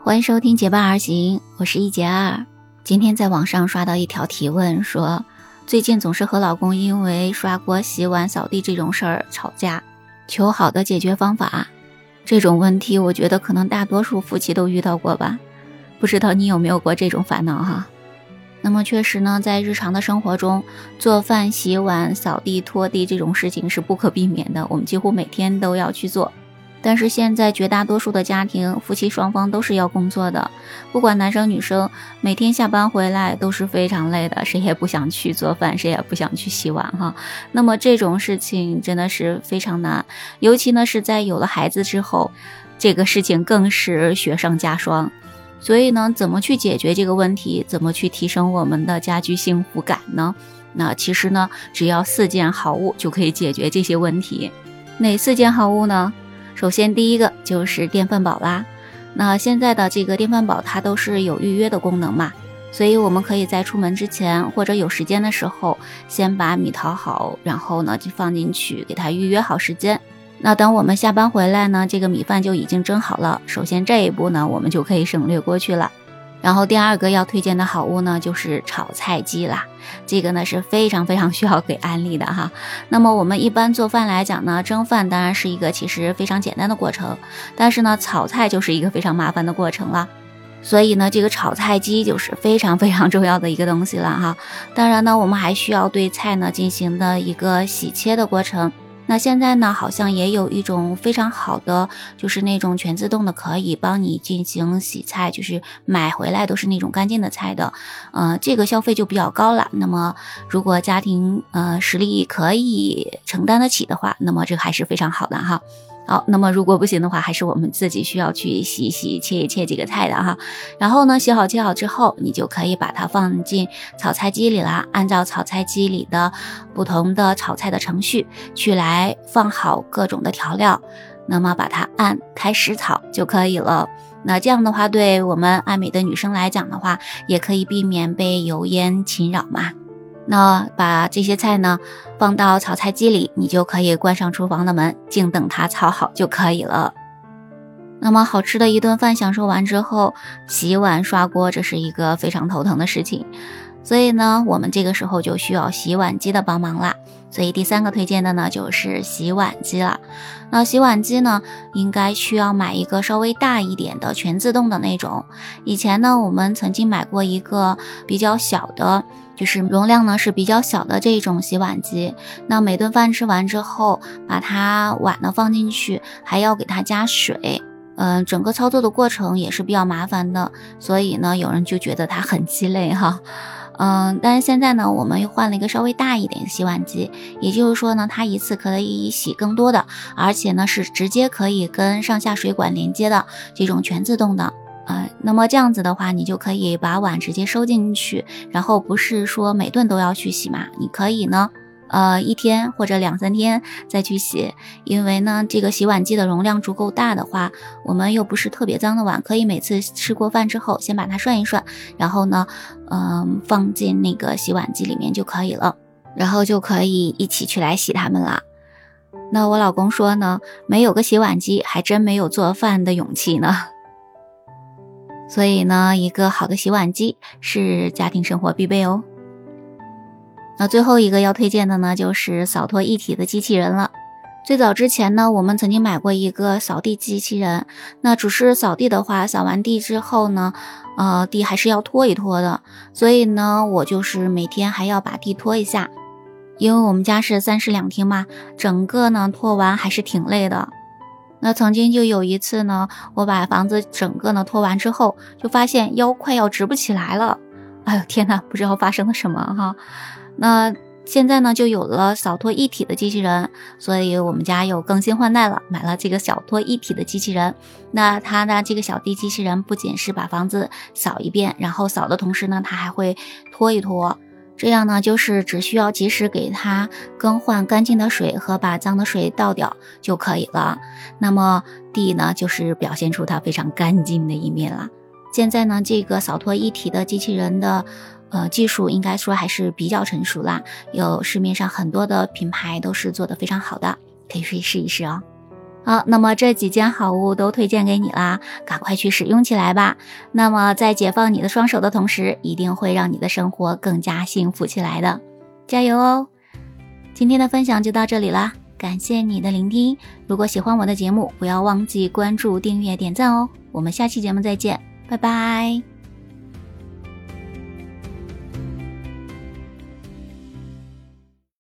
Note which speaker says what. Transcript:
Speaker 1: 欢迎收听结伴而行，我是一杰二。今天在网上刷到一条提问，说最近总是和老公因为刷锅、洗碗、扫地这种事儿吵架，求好的解决方法。这种问题我觉得可能大多数夫妻都遇到过吧，不知道你有没有过这种烦恼哈？那么确实呢，在日常的生活中，做饭、洗碗、扫地、拖地这种事情是不可避免的，我们几乎每天都要去做。但是现在绝大多数的家庭，夫妻双方都是要工作的，不管男生女生，每天下班回来都是非常累的，谁也不想去做饭，谁也不想去洗碗哈。那么这种事情真的是非常难，尤其呢是在有了孩子之后，这个事情更是雪上加霜。所以呢，怎么去解决这个问题，怎么去提升我们的家居幸福感呢？那其实呢，只要4件好物就可以解决这些问题。哪4件好物呢？首先第一个就是电饭煲啦。那现在的这个电饭煲它都是有预约的功能嘛，所以我们可以在出门之前或者有时间的时候，先把米淘好，然后呢就放进去，给它预约好时间。那等我们下班回来呢，这个米饭就已经蒸好了。首先这一步呢，我们就可以省略过去了。然后第二个要推荐的好物呢，就是炒菜机啦。这个呢是非常非常需要给安利的哈。那么我们一般做饭来讲呢，蒸饭当然是一个其实非常简单的过程，但是呢，炒菜就是一个非常麻烦的过程了。所以呢，这个炒菜机就是非常非常重要的一个东西了哈。当然呢，我们还需要对菜呢进行的一个洗切的过程。那现在呢，好像也有一种非常好的，就是那种全自动的，可以帮你进行洗菜，就是买回来都是那种干净的菜的，这个消费就比较高了。那么如果家庭实力可以承担得起的话，那么这个还是非常好的哈。好，那么如果不行的话，还是我们自己需要去洗一洗、切一切这个菜的哈。然后呢，洗好切好之后，你就可以把它放进炒菜机里啦，按照炒菜机里的不同的炒菜的程序去来放好各种的调料，那么把它按开始炒就可以了。那这样的话，对我们爱美的女生来讲的话，也可以避免被油烟侵扰嘛。那把这些菜呢放到炒菜机里，你就可以关上厨房的门，静等它炒好就可以了。那么好吃的一顿饭享受完之后，洗碗刷锅，这是一个非常头疼的事情，所以呢，我们这个时候就需要洗碗机的帮忙啦。所以第3个推荐的呢，就是洗碗机了。那洗碗机呢，应该需要买一个稍微大一点的全自动的那种。以前呢，我们曾经买过一个比较小的，就是容量呢是比较小的这种洗碗机。那每顿饭吃完之后，把它碗呢放进去，还要给它加水。整个操作的过程也是比较麻烦的，所以呢，有人就觉得它很鸡肋哈。但是现在呢，我们又换了一个稍微大一点的洗碗机，也就是说呢，它一次可以洗更多的，而且呢是直接可以跟上下水管连接的这种全自动的。那么这样子的话，你就可以把碗直接收进去，然后不是说每顿都要去洗嘛，你可以呢1天或者2、3天再去洗。因为呢，这个洗碗机的容量足够大的话，我们又不是特别脏的碗，可以每次吃过饭之后先把它涮一涮，然后呢放进那个洗碗机里面就可以了，然后就可以一起去来洗它们了。那我老公说呢，没有个洗碗机还真没有做饭的勇气呢。所以呢，一个好的洗碗机是家庭生活必备哦。那最后一个要推荐的呢，就是扫拖一体的机器人了。最早之前呢，我们曾经买过一个扫地机器人。那只是扫地的话，扫完地之后呢，地还是要拖一拖的。所以呢，我就是每天还要把地拖一下。因为我们家是3室2厅嘛，整个呢拖完还是挺累的。那曾经就有一次呢，我把房子整个呢拖完之后，就发现腰快要直不起来了。哎呦天哪，不知道发生了什么哈。那现在呢就有了扫拖一体的机器人，所以我们家又更新换代了，买了这个小拖一体的机器人。那它的这个小地机器人不仅是把房子扫一遍，然后扫的同时呢，它还会拖一拖。这样呢，就是只需要及时给它更换干净的水和把脏的水倒掉就可以了。那么地呢，就是表现出它非常干净的一面了。现在呢，这个扫拖一体的机器人的技术应该说还是比较成熟啦，有市面上很多的品牌都是做得非常好的，可以去试一试哦。 好，那么这几件好物都推荐给你啦，赶快去使用起来吧。那么在解放你的双手的同时，一定会让你的生活更加幸福起来的，加油哦！今天的分享就到这里啦，感谢你的聆听。如果喜欢我的节目，不要忘记关注、订阅、点赞哦。我们下期节目再见，拜拜。